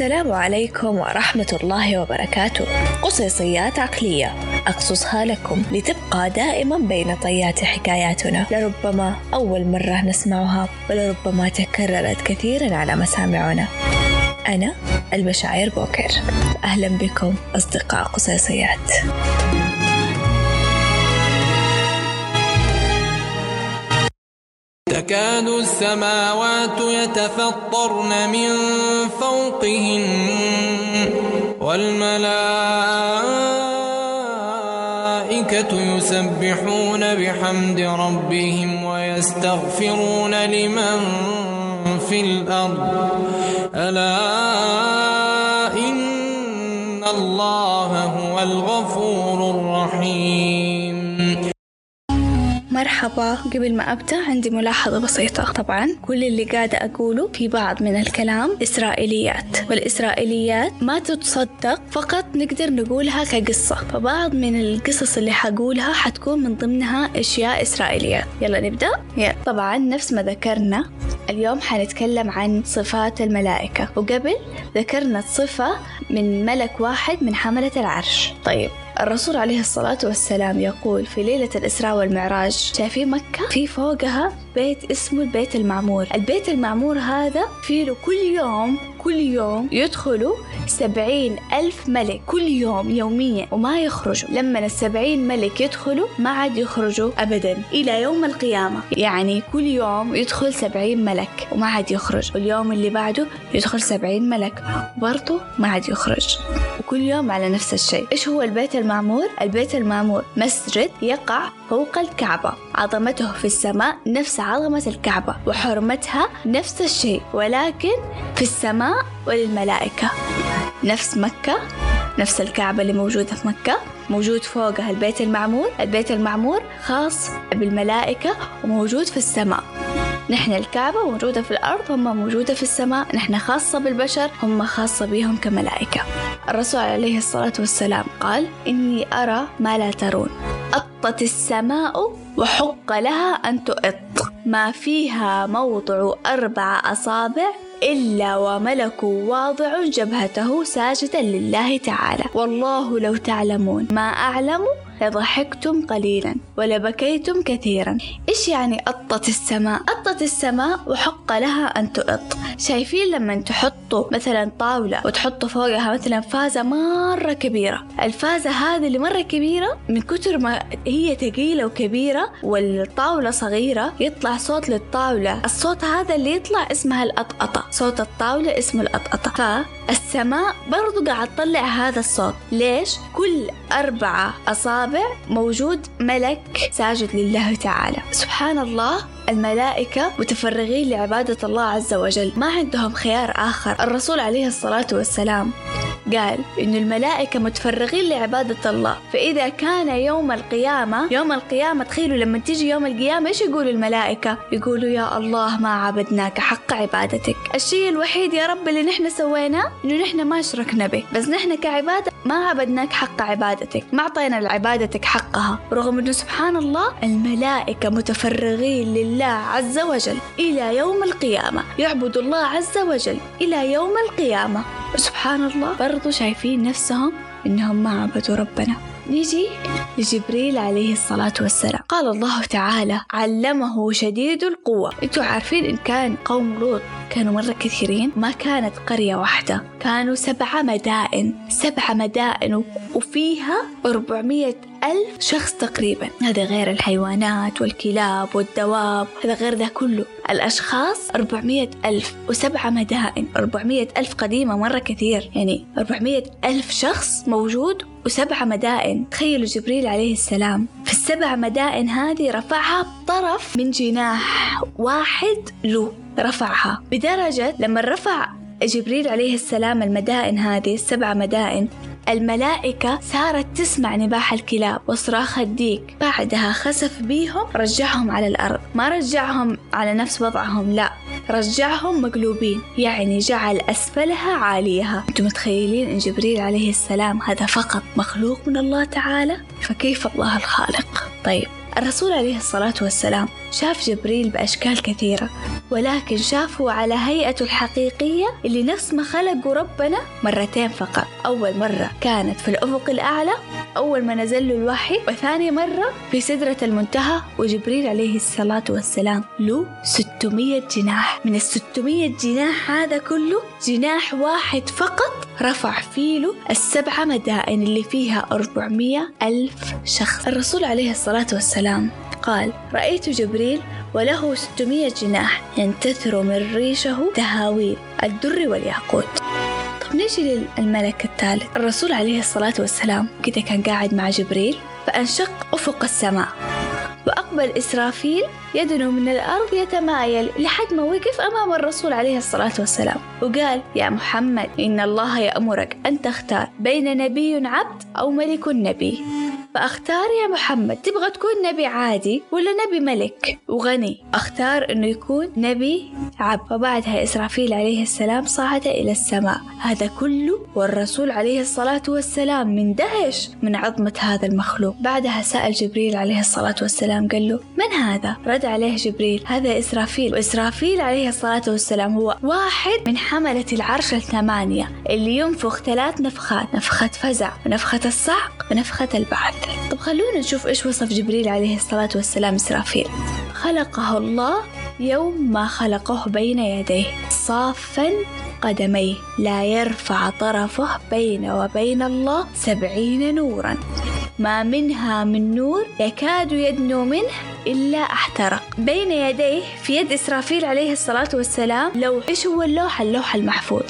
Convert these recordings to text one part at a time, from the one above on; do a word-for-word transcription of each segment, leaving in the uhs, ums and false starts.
السلام عليكم ورحمة الله وبركاته. قصصيات عقلية أقصصها لكم لتبقى دائما بين طيات حكاياتنا، لربما أول مرة نسمعها ولربما تكررت كثيرا على مسامعنا. أنا المشاعر بوكر، أهلا بكم أصدقاء قصصيات. تكاد السماوات يتفطرن من فوقهن والملائكة يسبحون بحمد ربهم ويستغفرون لمن في الأرض ألا إن الله هو الغفور الرحيم. مرحبا، قبل ما أبدأ عندي ملاحظة بسيطة. طبعا كل اللي قاعدة أقوله في بعض من الكلام إسرائيليات، والإسرائيليات ما تتصدق، فقط نقدر نقولها كقصة، فبعض من القصص اللي حقولها حتكون من ضمنها أشياء إسرائيليات. يلا نبدأ. يلا. طبعا نفس ما ذكرنا اليوم حنتكلم عن صفات الملائكة، وقبل ذكرنا صفة من ملك واحد من حملة العرش. طيب الرسول عليه الصلاة والسلام يقول في ليلة الإسراء والمعراج شايفين مكة في فوقها بيت اسمه البيت المعمور. البيت المعمور هذا فيه له كل يوم كل يوم يدخلوا سبعين ألف ملك كل يوم يوميا وما يخرجوا. لما السبعين ملك يدخلوا ما عاد يخرجوا أبدا إلى يوم القيامة، يعني كل يوم يدخل سبعين ملك وما عاد يخرج، واليوم اللي بعده يدخل سبعين ملك برضو ما عاد يخرج، وكل يوم على نفس الشيء. إيش هو البيت المعمور؟ البيت المعمور مسجد يقع فوق الكعبة، عظمته في السماء نفس عظمة الكعبة، وحرمتها نفس الشيء، ولكن في السماء وللملائكة. نفس مكة، نفس الكعبة اللي موجودة في مكة موجود فوقها البيت المعمور. البيت المعمور خاص بالملائكة وموجود في السماء. نحن الكعبة موجودة في الأرض، هم موجودة في السماء. نحن خاصة بالبشر، هم خاصة بهم كملائكة. الرسول عليه الصلاة والسلام قال: إني أرى ما لا ترون، أطت السماء وحق لها أن تؤط، ما فيها موضع أربع أصابع إلا وملك واضع جبهته ساجدا لله تعالى، والله لو تعلمون ما أعلم لضحكتم قليلا ولبكيتم كثيرا. إيش يعني أطت السماء؟ أطت السماء وحق لها أن تؤط. شايفين لما تحطوا مثلا طاولة وتحطوا فوقها مثلا فازة مرة كبيرة، الفازة هذه اللي مرة كبيرة من كتر ما هي ثقيلة وكبيرة والطاولة صغيرة يطلع صوت للطاولة، الصوت هذا اللي يطلع اسمها الأطأطة، صوت الطاولة اسمه الأطأطة. فالسماء برضو قاعد تطلع هذا الصوت. ليش؟ كل أربعة أصابع موجود ملك ساجد لله تعالى. سبحان الله، الملائكة متفرغين لعبادة الله عز وجل، ما عندهم خيار آخر. الرسول عليه الصلاة والسلام قال إن الملائكة متفرغين لعبادة الله، فإذا كان يوم القيامة يوم القيامة تخيلوا لما تيجي يوم القيامة إيش يقولوا الملائكة؟ يقولوا: يا الله ما عبدناك حق عبادتك، الشيء الوحيد يا رب اللي نحن سويناه إنه نحن ما شركنا به، بس نحن كعبادة ما عبدناك حق عبادتك، ما أعطينا لعبادتك حقها، رغم إنه سبحان الله الملائكة متفرغين لله عز وجل إلى يوم القيامة، يعبدوا الله عز وجل إلى يوم القيامة. سبحان الله، برضو شايفين نفسهم إنهم ما عبدوا ربنا. نيجي لجبريل عليه الصلاة والسلام. قال الله تعالى: علمه شديد القوة. انتوا عارفين إن كان قوم لوط كانوا مرة كثيرين، ما كانت قرية واحدة، كانوا سبع مدائن سبع مدائن وفيها أربعمية ألف شخص تقريبا. هذا غير الحيوانات والكلاب والدواب، هذا غير ذا كله. الأشخاص أربعمية ألف وسبع مدائن. أربعمية ألف قديمة مرة كثير، يعني أربعمية ألف شخص موجود وسبع مدائن. تخيلوا جبريل عليه السلام في السبع مدائن هذه رفعها بطرف من جناح واحد له، رفعها بدرجة لما رفع جبريل عليه السلام المدائن هذه السبع مدائن، الملائكة صارت تسمع نباح الكلاب وصراخ الديك. بعدها خسف بيهم، رجعهم على الأرض، ما رجعهم على نفس وضعهم، لا، رجعهم مقلوبين، يعني جعل أسفلها عاليها. أنتم متخيلين إن جبريل عليه السلام هذا فقط مخلوق من الله تعالى؟ فكيف الله الخالق؟ طيب الرسول عليه الصلاة والسلام شاف جبريل بأشكال كثيرة، ولكن شافه على هيئته الحقيقية اللي نفس ما خلقه ربنا مرتين فقط. أول مرة كانت في الأفق الأعلى أول ما نزل له الوحي، وثاني مرة في سدرة المنتهى، وجبريل عليه الصلاة والسلام له ستمية جناح. من الستمية جناح هذا كله جناح واحد فقط رفع فيله السبع مدائن اللي فيها أربعمية ألف شخص. الرسول عليه الصلاة والسلام قال: رأيت جبريل وله ستمية جناح ينتثر من ريشه تهاويل الدر والياقوت. طب نيجي للملك الثالث. الرسول عليه الصلاة والسلام كده كان قاعد مع جبريل، فانشق أفق السماء، وأقبل إسرافيل يدنو من الأرض يتمايل لحد ما وقف أمام الرسول عليه الصلاة والسلام وقال: يا محمد، إن الله يأمرك أن تختار بين نبي عبد أو ملك نبي، فأختار يا محمد، تبغى تكون نبي عادي ولا نبي ملك وغني؟ أختار أنه يكون نبي عبد. وبعدها إسرافيل عليه السلام صعد إلى السماء. هذا كله والرسول عليه الصلاة والسلام مندهش من عظمة هذا المخلوق. بعدها سأل جبريل عليه الصلاة والسلام قال له: من هذا؟ رد عليه جبريل: هذا إسرافيل. وإسرافيل عليه الصلاة والسلام هو واحد من حملة العرش الثمانية اللي ينفخ ثلاث نفخات: نفخة فزع ونفخة الصعق ونفخة البعث. طب خلونا نشوف إيش وصف جبريل عليه الصلاة والسلام إسرافيل. خلقه الله يوم ما خلقه بين يديه صافا قدميه، لا يرفع طرفه بين وبين الله سبعين نورا، ما منها من نور يكاد يدنو منه إلا احترق. بين يديه في يد إسرافيل عليه الصلاة والسلام لوح. إيش هو اللوح؟ اللوح المحفوظ.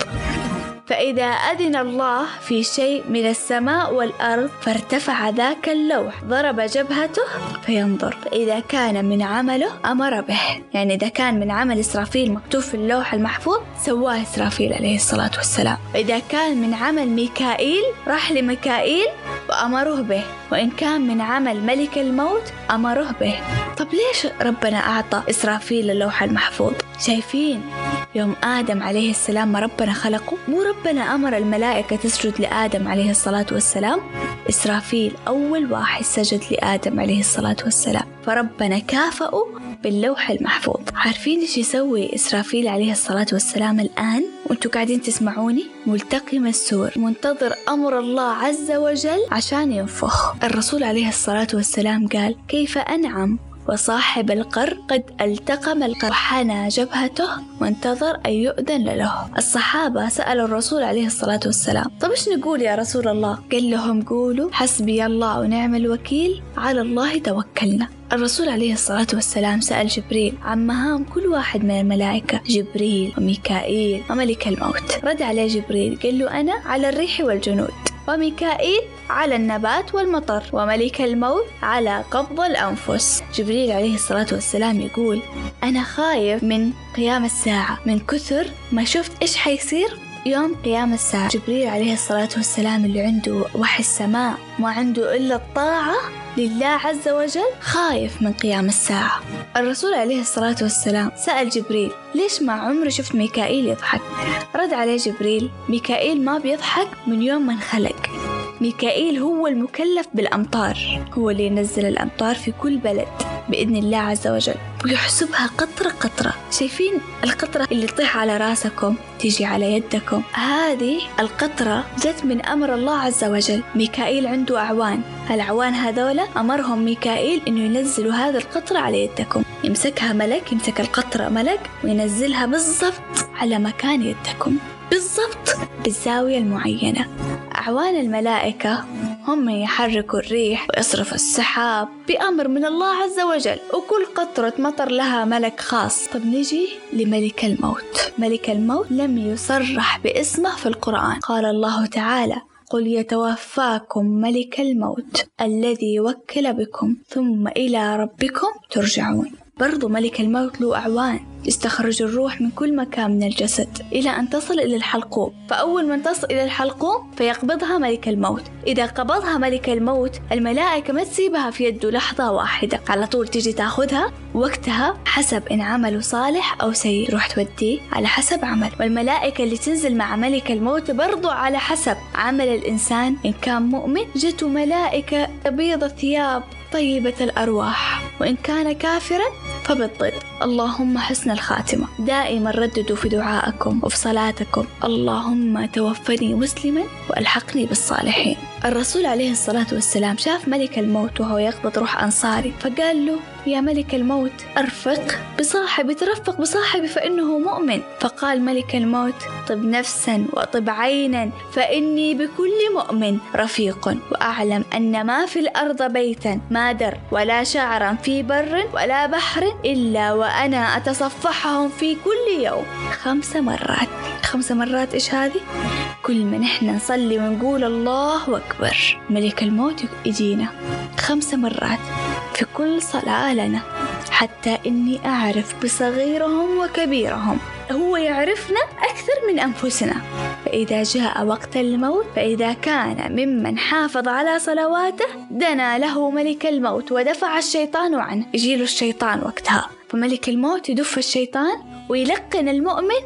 فإذا أذن الله في شيء من السماء والأرض فارتفع ذاك اللوح ضرب جبهته فينظر، فإذا كان من عمله أمر به. يعني إذا كان من عمل إسرافيل مكتوب في اللوح المحفوظ سواه إسرافيل عليه الصلاة والسلام. وإذا كان من عمل ميكائيل راح لميكائيل وأمره به، وإن كان من عمل ملك الموت أمره به. طب ليش ربنا أعطى إسرافيل اللوح المحفوظ؟ شايفين يوم آدم عليه السلام ما ربنا خلقه، مو ربنا أمر الملائكة تسجد لآدم عليه الصلاة والسلام؟ إسرافيل أول واحد سجد لآدم عليه الصلاة والسلام، فربنا كافأه باللوح المحفوظ. عارفين إيش يسوي إسرافيل عليه الصلاة والسلام الآن وأنتوا قاعدين تسمعوني؟ ملتقم السور، منتظر أمر الله عز وجل عشان ينفخ. الرسول عليه الصلاة والسلام قال: كيف أنعم وصاحب القر قد التقم القر وحنى جبهته وانتظر أن يؤذن له. الصحابة سألوا الرسول عليه الصلاة والسلام: طب إيش نقول يا رسول الله؟ قال لهم: قولوا حسبي الله ونعم الوكيل، على الله توكلنا. الرسول عليه الصلاة والسلام سأل جبريل عن مهام كل واحد من الملائكة، جبريل وميكائيل وملك الموت. رد عليه جبريل قال له: أنا على الريح والجنود، وميكائيل على النبات والمطر، وملك الموت على قبض الأنفس. جبريل عليه الصلاة والسلام يقول: أنا خايف من قيام الساعة من كثر ما شفت إيش حيصير يوم قيام الساعة. جبريل عليه الصلاة والسلام اللي عنده وحي السماء ما عنده إلا الطاعة لله عز وجل خايف من قيام الساعة. الرسول عليه الصلاة والسلام سأل جبريل: ليش ما عمري شفت ميكائيل يضحك؟ رد عليه جبريل: ميكائيل ما بيضحك من يوم من خلق. ميكائيل هو المكلف بالأمطار، هو اللي ينزل الأمطار في كل بلد بإذن الله عز وجل، ويحسبها قطرة قطرة. شايفين القطرة اللي تطيح على راسكم تيجي على يدكم؟ هذه القطرة جت من أمر الله عز وجل. ميكائيل عنده أعوان، الأعوان هذولا أمرهم ميكائيل إنه ينزلوا هذه القطرة على يدكم. يمسكها ملك، يمسك القطرة ملك وينزلها بالضبط على مكان يدكم، بالضبط بالزاوية المعينة. أعوان الملائكة هم يحركوا الريح ويصرف السحاب بأمر من الله عز وجل، وكل قطرة مطر لها ملك خاص. طب نيجي لملك الموت. ملك الموت لم يصرح باسمه في القرآن. قال الله تعالى: قل يتوفاكم ملك الموت الذي وكل بكم ثم إلى ربكم ترجعون. برضو ملك الموت له أعوان يستخرج الروح من كل مكان من الجسد إلى أن تصل إلى الحلقوم، فأول من تصل إلى الحلقوم فيقبضها ملك الموت. إذا قبضها ملك الموت الملائكة ما تسيبها في يده لحظة واحدة، على طول تيجي تاخذها، وقتها حسب إن عمله صالح أو سيء تروح توديه على حسب عمل. والملائكة اللي تنزل مع ملك الموت برضو على حسب عمل الإنسان. إن كان مؤمن جته ملائكة بيض الثياب طيبة الأرواح، وإن كان كافرا فبالضد. اللهم حسن الخاتمة. دائما رددوا في دعائكم وفي صلاتكم: اللهم توفني مسلما وألحقني بالصالحين. الرسول عليه الصلاة والسلام شاف ملك الموت وهو يقبض روح أنصاري، فقال له: يا ملك الموت، أرفق بصاحبي، ترفق بصاحبي فإنه مؤمن. فقال ملك الموت: طب نفسا وطب عينا، فإني بكل مؤمن رفيق، وأعلم أن ما في الأرض بيتا ما در ولا شعرا في بر ولا بحر إلا وأنا أتصفحهم في كل يوم خمس مرات. خمس مرات إيش هذه؟ كل ما نحن نصلي ونقول الله أكبر، ملك الموت يجينا خمس مرات في كل صلاة لنا، حتى إني أعرف بصغيرهم وكبيرهم، هو يعرفنا أكثر من أنفسنا. فإذا جاء وقت الموت، فإذا كان ممن حافظ على صلواته، دنا له ملك الموت ودفع الشيطان عنه. يجيله الشيطان وقتها، فملك الموت يدف الشيطان ويلقن المؤمن: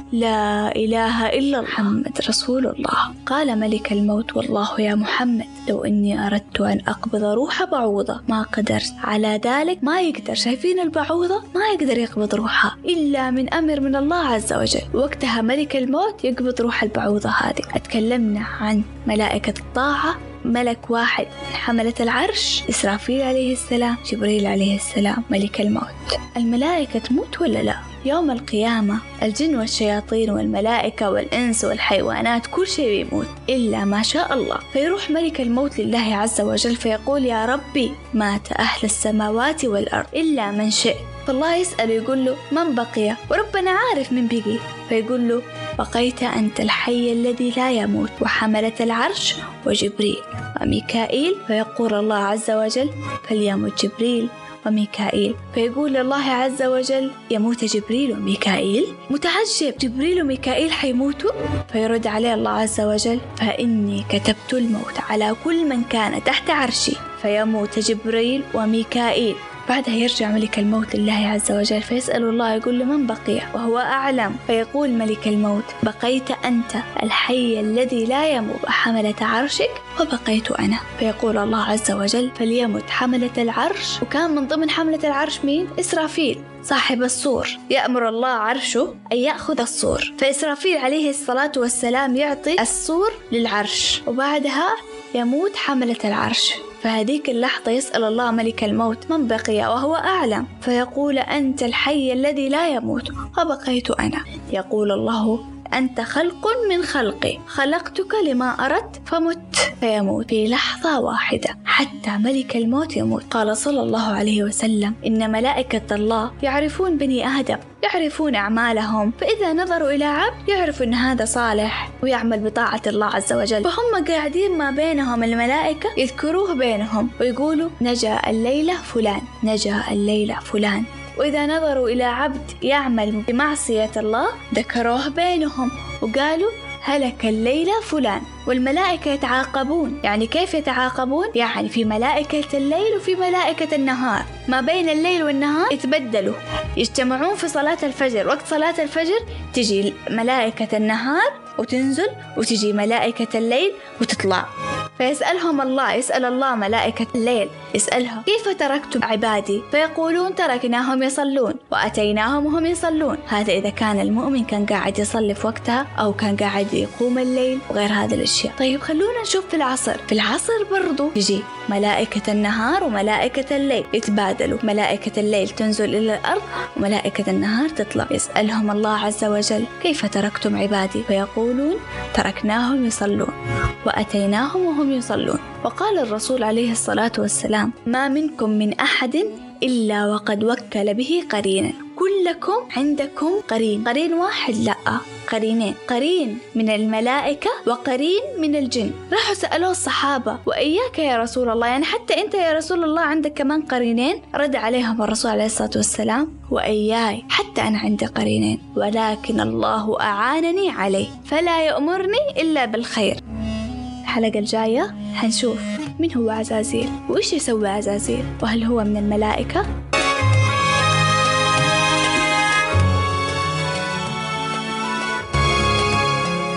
لا إله إلا محمد رسول الله. قال ملك الموت: والله يا محمد، لو إني أردت أن أقبض روح بعوضة ما قدرت على ذلك. ما يقدر، شايفين البعوضة ما يقدر يقبض روحها إلا من أمر من الله عز وجل. وقتها ملك الموت يقبض روح البعوضة هذه. أتكلمنا عن ملائكة الطاعة، ملك واحد حملة العرش، إسرافيل عليه السلام، جبريل عليه السلام، ملك الموت. الملائكة تموت ولا لا؟ يوم القيامة الجن والشياطين والملائكة والإنس والحيوانات كل شيء بيموت إلا ما شاء الله. فيروح ملك الموت لله عز وجل فيقول: يا ربي، مات أهل السماوات والأرض إلا من شئت. فالله يسأل يقول له: من بقي؟ وربنا عارف من بقي. فيقول له: بقيت أنت الحي الذي لا يموت، وحملة العرش وجبريل وميكائيل. فيقول الله عز وجل: فليمت جبريل وميكائيل. فيقول الله عز وجل: يموت جبريل وميكائيل؟ متعجب، جبريل وميكائيل حيموتوا؟ فيرد عليه الله عز وجل: فإني كتبت الموت على كل من كان تحت عرشي، فيموت جبريل وميكائيل. بعدها يرجع ملك الموت لله عز وجل فيسأل الله، يقول له: من بقي؟ وهو أعلم. فيقول ملك الموت: بقيت أنت الحي الذي لا يموت، وحملة عرشك، وبقيت أنا. فيقول الله عز وجل: فليمت حملة العرش. وكان من ضمن حملة العرش مين؟ إسرافيل صاحب الصور. يأمر الله عرشه أن يأخذ الصور، فإسرافيل عليه الصلاة والسلام يعطي الصور للعرش، وبعدها يموت حملة العرش. فهذيك اللحظة يسأل الله ملك الموت: من بقي؟ وهو أعلم. فيقول: أنت الحي الذي لا يموت، وبقيت أنا. يقول الله: أنت خلق من خلقي، خلقتك لما أردت فمت. فيموت في لحظة واحدة حتى ملك الموت يموت. قال صلى الله عليه وسلم: إن ملائكة الله يعرفون بني آدم، يعرفون أعمالهم، فإذا نظروا إلى عبد يعرفوا أن هذا صالح ويعمل بطاعة الله عز وجل، فهم قاعدين ما بينهم الملائكة يذكروه بينهم ويقولوا: نجا الليلة فلان، نجا الليلة فلان. وإذا نظروا إلى عبد يعمل بمعصية الله ذكروه بينهم وقالوا: هلك الليلة فلان. والملائكة يتعاقبون. يعني كيف يتعاقبون؟ يعني في ملائكة الليل وفي ملائكة النهار، ما بين الليل والنهار يتبدلوا، يجتمعون في صلاة الفجر. وقت صلاة الفجر تجي ملائكة النهار وتنزل، وتجي ملائكة الليل وتطلع. فيسألهم الله، يسأل الله ملائكة الليل، يسألها: كيف تركتم عبادي؟ فيقولون: تركناهم يصلون وأتيناهم وهم يصلون. هذا إذا كان المؤمن كان قاعد يصلي في وقتها أو كان قاعد يقوم الليل وغير هذه الأشياء. طيب خلونا نشوف في العصر. في العصر برضو يجي ملائكة النهار وملائكة الليل يتبادلوا، ملائكة الليل تنزل إلى الأرض وملائكة النهار تطلع. يسألهم الله عز وجل: كيف تركتم عبادي؟ فيقولون: تركناهم يصلون وأتيناهم وهم يصلون. وقال الرسول عليه الصلاة والسلام: ما منكم من أحد إلا وقد وكل به قرينا. كلكم عندكم قرين، قرين واحد؟ لا، قرينين، قرين من الملائكة وقرين من الجن. راحوا سألوا الصحابة: وإياك يا رسول الله، يعني حتى أنت يا رسول الله عندك كمان قرينين؟ رد عليهم الرسول عليه الصلاة والسلام: وإياي، حتى أنا عندي قرينين، ولكن الله أعانني عليه فلا يأمرني إلا بالخير. الحلقة الجاية حنشوف من هو عزازيل وإيش يسوي عزازيل، وهل هو من الملائكة؟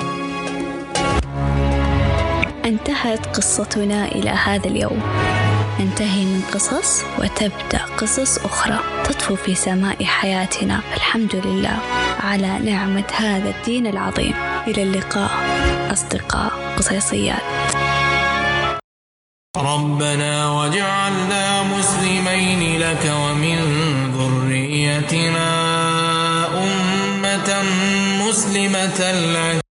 انتهت قصتنا إلى هذا اليوم. ننتهي من قصص وتبدأ قصص أخرى تطفو في سماء حياتنا. الحمد لله على نعمة هذا الدين العظيم. إلى اللقاء أصدقاء قصيصيات. ربنا واجعلنا مسلمين لك ومن ذريتنا أمة مسلمة لك